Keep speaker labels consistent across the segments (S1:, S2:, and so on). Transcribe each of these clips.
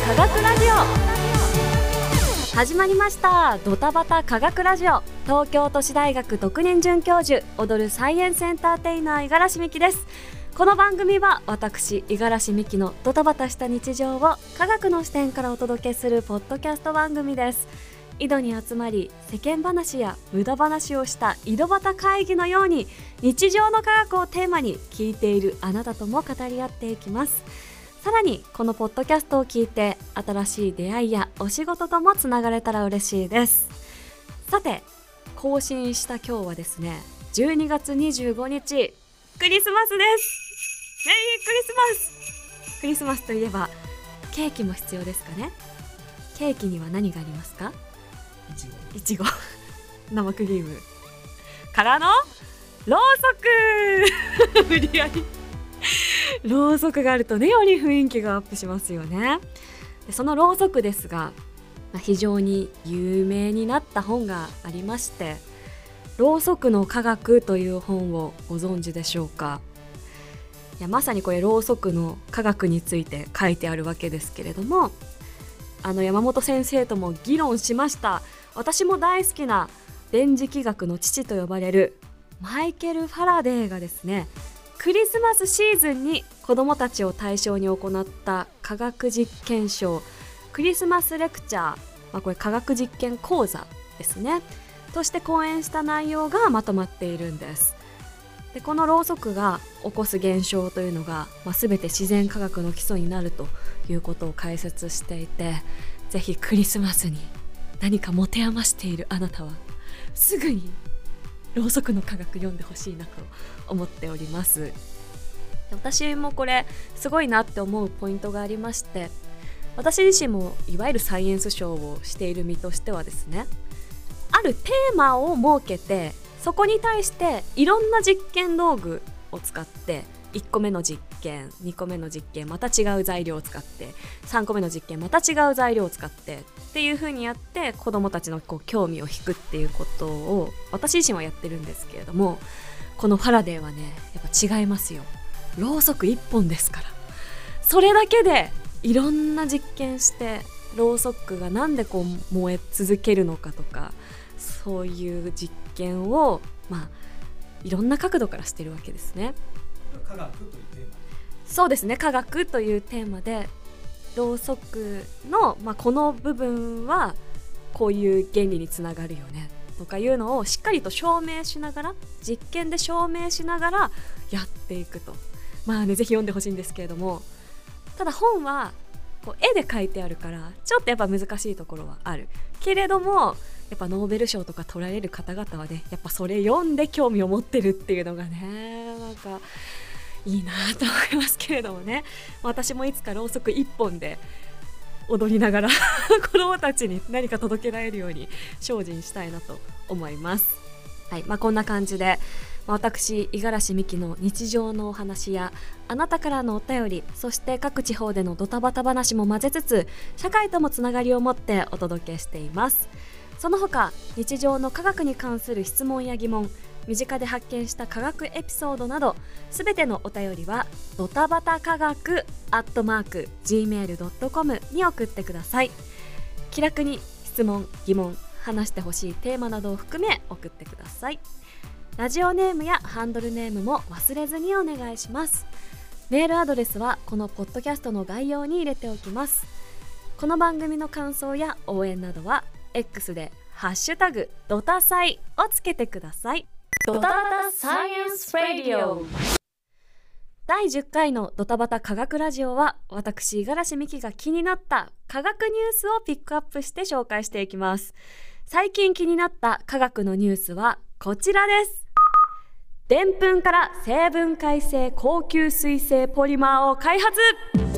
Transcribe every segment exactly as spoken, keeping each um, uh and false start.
S1: 科学ラジオ始まりました。ドタバタ科学ラジオ、東京都市大学特任准教授、踊るサイエンスエンターテイナー五十嵐美希です。この番組は私五十嵐美希のドタバタした日常を科学の視点からお届けするポッドキャスト番組です。井戸に集まり世間話や無駄話をした井戸端会議のように、日常の科学をテーマに聞いているあなたとも語り合っていきます。さらにこのポッドキャストを聞いて新しい出会いやお仕事ともつながれたら嬉しいです。さて、更新した今日はですね、じゅうにがつにじゅうごにちクリスマスです。メリークリスマス。クリスマスといえばケーキも必要ですかね。ケーキには何がありますか？
S2: いちご
S1: いちご生クリームからのろうそく無理やりろうそくがあるとね、より雰囲気がアップしますよね。でそのろうそくですが、まあ、非常に有名になった本がありまして、ろうそくの科学という本をご存知でしょうか。いやまさにこれろうそくの科学について書いてあるわけですけれども、あの山本先生とも議論しました。私も大好きな電磁気学の父と呼ばれるマイケル・ファラデーがですね、クリスマスシーズンに子どもたちを対象に行った科学実験ショー、クリスマスレクチャー、まあ、これ科学実験講座ですねとして講演した内容がまとまっているんです。でこのろうそくが起こす現象というのが、まあ、全て自然科学の基礎になるということを解説していて、ぜひクリスマスに何か持て余しているあなたはすぐにろうそくの科学読んでほしいなと思っております。私もこれすごいなって思うポイントがありまして、私自身もいわゆるサイエンスショーをしている身としてはですね、あるテーマを設けて、そこに対していろんな実験道具を使っていっこめの実験、にこめの実験また違う材料を使って、さんこめの実験また違う材料を使ってっていう風にやって、子どもたちのこう興味を引くっていうことを私自身はやってるんですけれども、このファラデーはね、やっぱ違いますよ。ろうそくいっぽんですから、それだけでいろんな実験して、ろうそくがなんでこう燃え続けるのかとか、そういう実験をまあいろんな角度からしてるわけですね。
S2: 科学というテーマ。
S1: そうですね、科学というテーマで、ろうそくの、まあ、この部分はこういう原理につながるよねとかいうのをしっかりと証明しながら、実験で証明しながらやっていくと。まあね、ぜひ読んでほしいんですけれども、ただ本はこう絵で描いてあるからちょっとやっぱ難しいところはあるけれども、やっぱノーベル賞とか取られる方々はね、やっぱそれ読んで興味を持ってるっていうのがね、なんかいいなと思いますけれどもね。私もいつかろうそくいっぽんで踊りながら子どもたちに何か届けられるように精進したいなと思います。はい、まあ、こんな感じで私五十嵐美希の日常のお話や、あなたからのお便り、そして各地方でのドタバタ話も混ぜつつ、社会ともつながりを持ってお届けしています。その他、日常の科学に関する質問や疑問、身近で発見した科学エピソードなど、すべてのお便りはドタバタ科学アットマーク ジーメールドットコム に送ってください。気楽に質問、疑問、話してほしいテーマなどを含め送ってください。ラジオネームやハンドルネームも忘れずにお願いします。メールアドレスはこのポッドキャストの概要に入れておきます。この番組の感想や応援などは X でハッシュタグドタサイをつけてください。ドタバタサイエンスラディオだいじゅっかいのドタバタ科学ラジオは、私五十嵐美希が気になった科学ニュースをピックアップして紹介していきます。最近気になった科学のニュースはこちらです。でんぷんから成分解性高吸水性ポリマーを開発。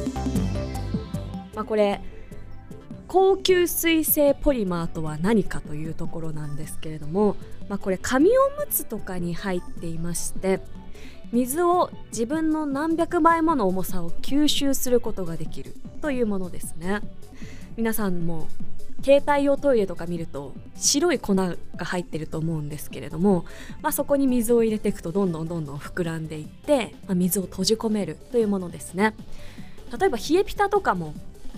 S1: まあ、これ高吸水性ポリマーとは何かというところなんですけれども、まあ、これ紙おむつとかに入っていまして、水を自分の何百倍もの重さを吸収することができるというものですね。皆さんも携帯用トイレとか見ると白い粉が入ってると思うんですけれども、まあ、そこに水を入れていくとどんどんどんどん膨らんでいって、まあ、水を閉じ込めるというものですね。例えば冷えピタとかも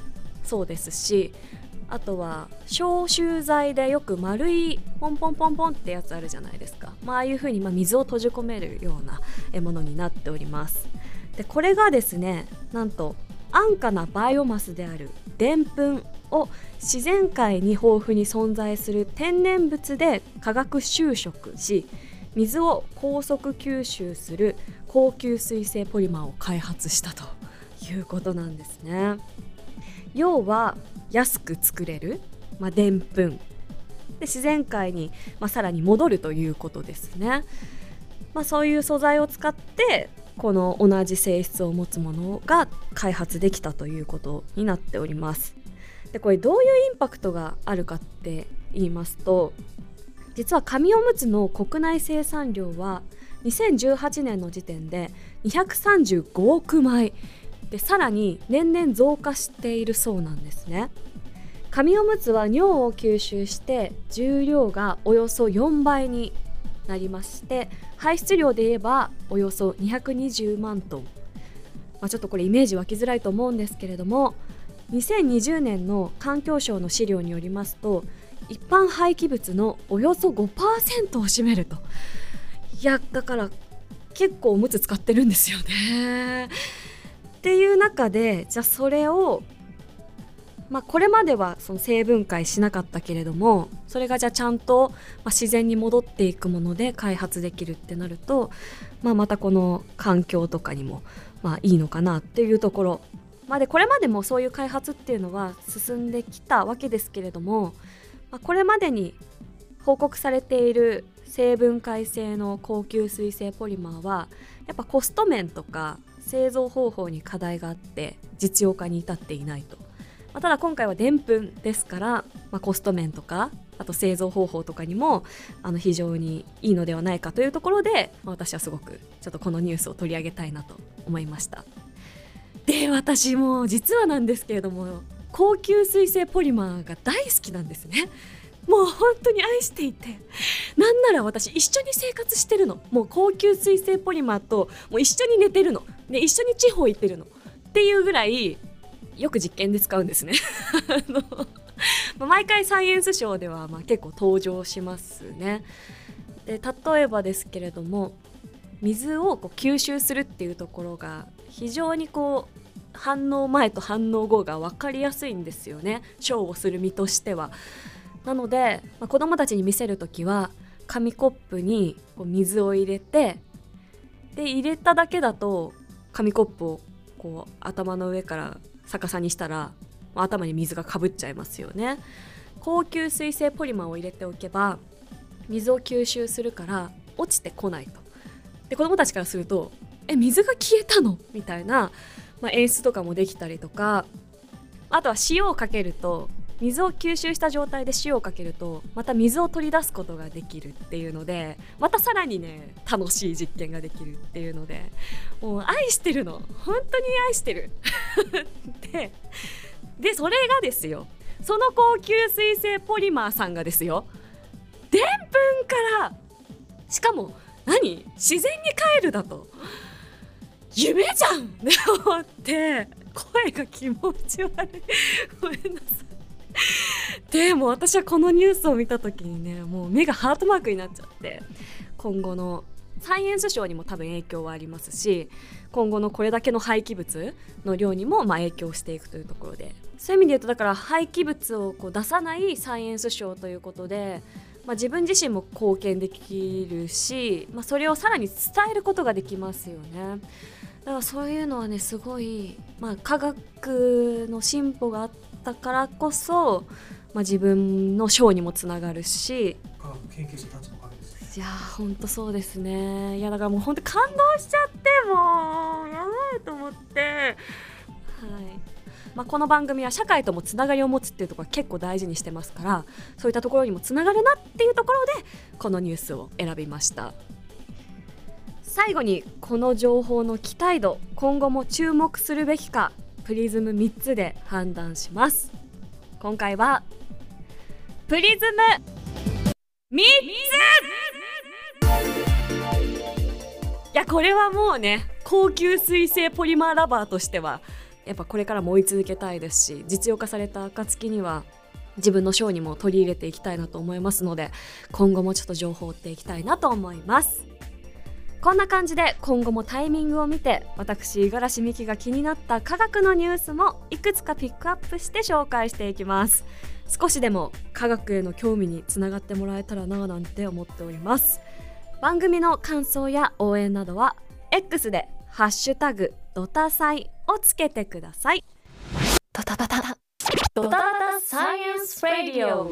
S1: そうですし、あとは消臭剤でよく丸いポンポンポンポンってやつあるじゃないですか、まあ、ああいう風にまあ水を閉じ込めるようなものになっております。でこれがですね、なんと安価なバイオマスであるでんぷんを自然界に豊富に存在する天然物で化学修飾し、水を高速吸収する高吸水性ポリマーを開発したということなんですね。要は安く作れるでんぷんで自然界に、まあ、さらに戻るということですね。まあ、そういう素材を使ってこの同じ性質を持つものが開発できたということになっております。でこれどういうインパクトがあるかって言いますと、実は紙おむつの国内生産量はにせんじゅうはちねんの時点でにひゃくさんじゅうごおくまいで、さらに年々増加しているそうなんですね。紙おむつは尿を吸収して重量がおよそよんばいになりまして、排出量で言えばおよそにひゃくにじゅうまんトン、まあ、ちょっとこれイメージ湧きづらいと思うんですけれども、にせんにじゅうねんの環境省の資料によりますと、一般廃棄物のおよそ ごパーセント を占めると。いやだから結構おむつ使ってるんですよねっていう中で、じゃあそれをまあ、これまではその生分解しなかったけれども、それがじゃあちゃんとまあ自然に戻っていくもので開発できるってなると、まあ、またこの環境とかにもまあいいのかなっていうところ、まあ、でこれまでもそういう開発っていうのは進んできたわけですけれども、まあ、これまでに報告されている生分解性の高吸水性ポリマーはやっぱコスト面とか製造方法に課題があって実用化に至っていないと。まあ、ただ今回はでんぷんですから、まあ、コスト面とかあと製造方法とかにもあの非常にいいのではないかというところで、まあ、私はすごくちょっとこのニュースを取り上げたいなと思いました。で私も実はなんですけれども、高吸水性ポリマーが大好きなんですね。もう本当に愛していて、なんなら私一緒に生活してるの。もう高吸水性ポリマーともう一緒に寝てるので、一緒に地方行ってるのっていうぐらいよく実験で使うんですねあの毎回サイエンスショーではまあ結構登場しますね。で例えばですけれども、水をこう吸収するっていうところが非常にこう反応前と反応後が分かりやすいんですよね、ショーをする身としては。なので、まあ、子どもたちに見せるときは紙コップにこう水を入れて、で入れただけだと紙コップをこう頭の上から逆さにしたら頭に水がかぶっちゃいますよね。高吸水性ポリマーを入れておけば水を吸収するから落ちてこないと。で子どもたちからするとえ水が消えたのみたいな、まあ、演出とかもできたりとか、あとは塩をかけると、水を吸収した状態で塩をかけるとまた水を取り出すことができるっていうので、またさらにね楽しい実験ができるっていうので、もう愛してるの、本当に愛してるで, でそれがですよ、その高吸水性ポリマーさんがですよ、でんぷんからしかも何自然に帰るだと、夢じゃんって思って声が気持ち悪いごめんなさい。でも私はこのニュースを見た時にね、もう目がハートマークになっちゃって、今後のサイエンスショーにも多分影響はありますし、今後のこれだけの廃棄物の量にもまあ影響していくというところで、そういう意味で言うとだから廃棄物をこう出さないサイエンスショーということで、まあ、自分自身も貢献できるし、まあ、それをさらに伝えることができますよね。だからそういうのはねすごい、まあ、科学の進歩があったからこそ、まあ、自分の賞にもつながるし、
S2: 科学研究者たちのおかげです。
S1: いや本当そうですね。いやだからもう本当感動しちゃって、もうやばいと思って、はい、まあ、この番組は社会ともつながりを持つっていうところは結構大事にしてますから、そういったところにもつながるなっていうところでこのニュースを選びました。最後にこの情報の期待度、今後も注目するべきかプリズムみっつで判断します。今回はプリズムみっつ。いやこれはもうね高吸水性ポリマーラバーとしては、 やっぱこれからも追い続けたいですし、実用化された暁には自分のショーにも取り入れていきたいなと思いますので、今後もちょっと情報を追っていきたいなと思います。こんな感じで今後もタイミングを見て、私五十嵐美希が気になった科学のニュースもいくつかピックアップして紹介していきます。少しでも科学への興味につながってもらえたらななんて思っております。番組の感想や応援などは X でハッシュタグドタサイをつけてください。ドタバタドタバタサイエンスラディオ、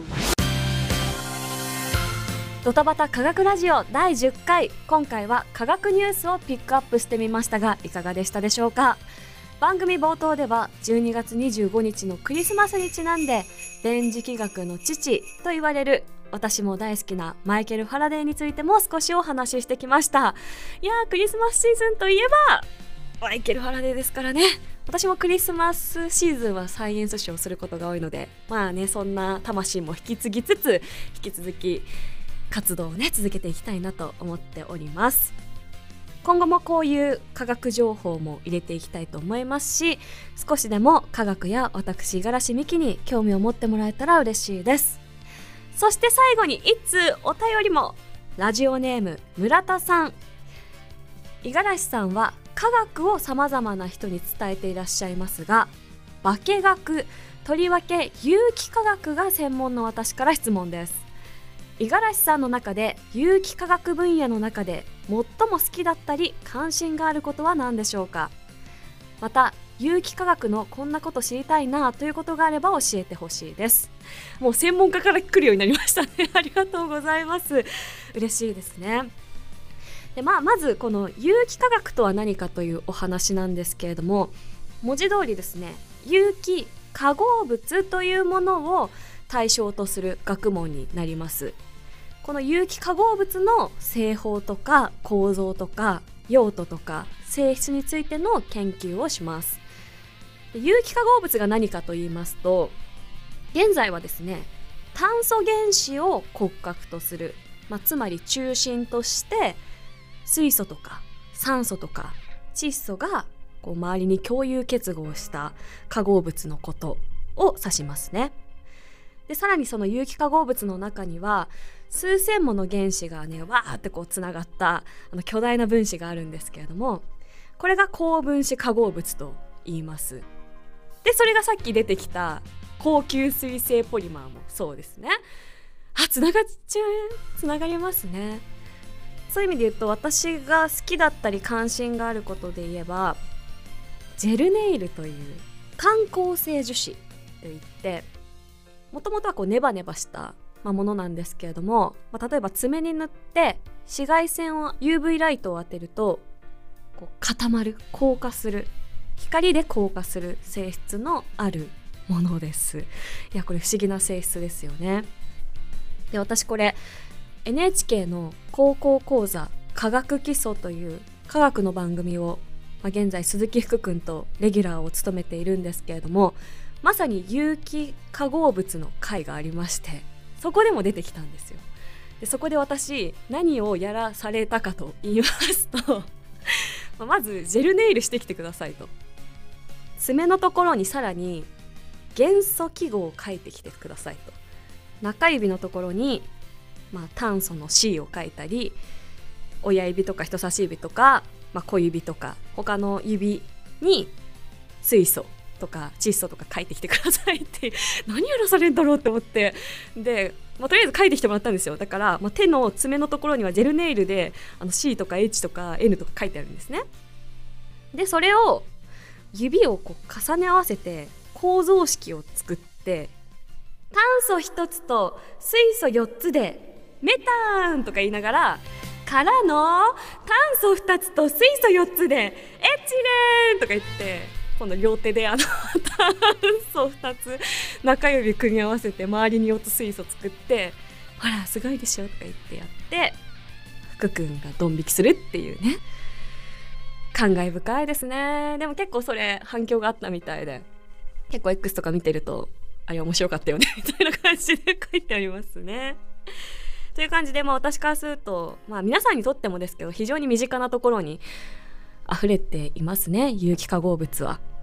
S1: ドタバタ科学ラジオだいじゅっかい、今回は科学ニュースをピックアップしてみましたが、いかがでしたでしょうか。番組冒頭ではじゅうにがつにじゅうごにちのクリスマスにちなんで、電磁気学の父と言われる私も大好きなマイケル・ファラデーについても少しお話ししてきました。いやー、クリスマスシーズンといえばマイケル・ファラデーですからね。私もクリスマスシーズンはサイエンスショーをすることが多いので、まあね、そんな魂も引き継ぎつつ、引き続き活動をね続けていきたいなと思っております。今後もこういう科学情報も入れていきたいと思いますし、少しでも科学や私五十嵐美希に興味を持ってもらえたら嬉しいです。そして最後に一通お便りも。ラジオネーム村田さん。五十嵐さんは科学をさまざまな人に伝えていらっしゃいますが、化学、とりわけ有機化学が専門の私から質問です。五十嵐さんの中で有機化学分野の中で最も好きだったり関心があることは何でしょうか。また有機化学のこんなこと知りたいなということがあれば教えてほしいです。もう専門家から来るようになりましたね。ありがとうございます。嬉しいですね。で、まあ、まずこの有機化学とは何かというお話なんですけれども、文字通りですね、有機化合物というものを対象とする学問になります。この有機化合物の製法とか構造とか用途とか性質についての研究をします。で、有機化合物が何かと言いますと、現在はですね、炭素原子を骨格とする、まあ、つまり中心として水素とか酸素とか窒素がこう周りに共有結合した化合物のことを指しますね。で、さらにその有機化合物の中には数千もの原子がねわーってこうつながったあの巨大な分子があるんですけれども、これが高分子化合物と言います。で、それがさっき出てきた高吸水性ポリマーもそうですね。あ、つながっちゃう、つながりますね。そういう意味で言うと、私が好きだったり関心があることで言えば、ジェルネイルという感光性樹脂といって、もともとはこうネバネバした、まあ、ものなんですけれども、まあ、例えば爪に塗って紫外線を ユーブイ ライトを当てるとこう固まる、硬化する、光で硬化する性質のあるものです。いや、これ不思議な性質ですよね。で、私これ エヌエイチケー の高校講座科学基礎という科学の番組を、まあ、現在鈴木福君とレギュラーを務めているんですけれども、まさに有機化合物の会がありまして、そこでも出てきたんですよ。で、そこで私何をやらされたかと言いますとまずジェルネイルしてきてくださいと、爪のところにさらに元素記号を書いてきてくださいと、中指のところに、まあ、炭素の C を書いたり、親指とか人差し指とか、まあ、小指とか他の指に水素とか窒素とか書いてきてくださいって何やらされるんだろうって思って、で、まあ、とりあえず書いてきてもらったんですよ。だから、まあ、手の爪のところにはジェルネイルであの C とか H とか N とか書いてあるんですね。で、それを指をこう重ね合わせて構造式を作って、炭素ひとつと水素よっつでメタンとか言いながら、からの炭素ふたつと水素よっつでエチレンとか言って、今度両手であの炭素ふたつ中指組み合わせて周りによっつ水素作って、ほらすごいでしょとか言ってやって、福くんがドン引きするっていうね、感慨深いですね。でも結構それ反響があったみたいで、結構 X とか見てるとあれ面白かったよねみたいな感じで書いてありますね。という感じで、まあ、私からすると、まあ、皆さんにとってもですけど非常に身近なところに溢れていますね、有機化合物は。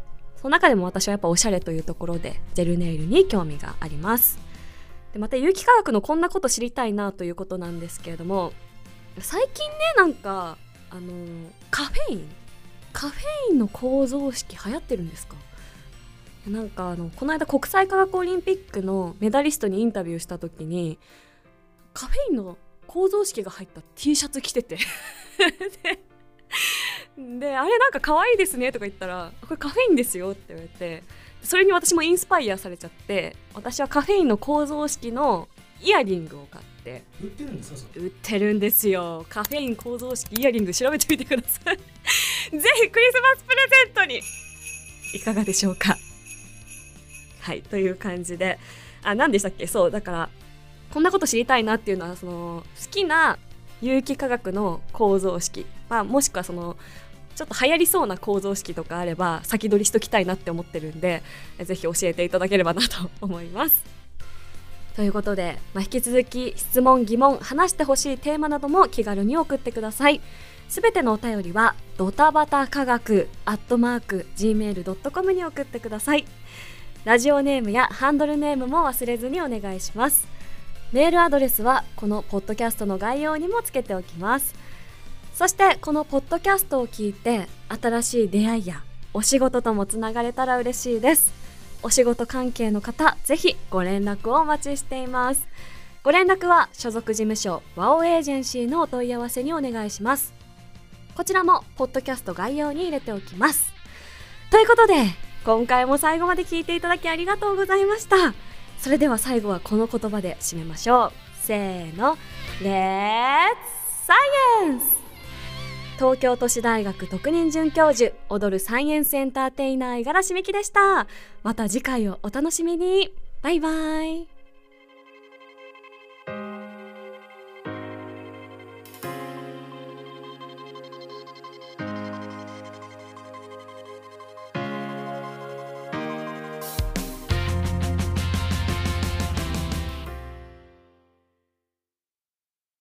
S1: その中でも私はやっぱおしゃれというところでジェルネイルに興味があります。でまた有機化学のこんなこと知りたいなということなんですけれども、最近ねなんかあのー、カフェインカフェインの構造式流行ってるんですか？なんかあのこの間国際科学オリンピックのメダリストにインタビューした時にカフェインの構造式が入った T シャツ着ててで, であれなんか可愛いですねとか言ったら、これカフェインですよって言われて、それに私もインスパイアされちゃって、私はカフェインの構造式のイヤリングを買って。
S2: 売ってるんですか？それ
S1: 売ってるんですよ。カフェイン構造式イヤリング調べてみてくださいぜひクリスマスプレゼントにいかがでしょうか。はい、という感じで、あ、何でしたっけ。そうだからこんなこと知りたいなっていうのは、その好きな有機化学の構造式、まあ、もしくはそのちょっと流行りそうな構造式とかあれば先取りしときたいなって思ってるんで、ぜひ教えていただければなと思います。ということで、まあ、引き続き質問疑問話してほしいテーマなども気軽に送ってください。すべてのお便りはドタバタ科学アットマーク ジーメールドットコム に送ってください。ラジオネームやハンドルネームも忘れずにお願いします。メールアドレスはこのポッドキャストの概要にもつけておきます。そしてこのポッドキャストを聞いて新しい出会いやお仕事ともつながれたら嬉しいです。お仕事関係の方、ぜひご連絡をお待ちしています。ご連絡は所属事務所ワオエージェンシーのお問い合わせにお願いします。こちらもポッドキャスト概要に入れておきます。ということで今回も最後まで聞いていただきありがとうございました。それでは最後はこの言葉で締めましょう。せーの、レッツサイエンス。東京都市大学特任准教授、踊るサイエンスエンターテイナー五十嵐美希でした。また次回をお楽しみに。バイバイ。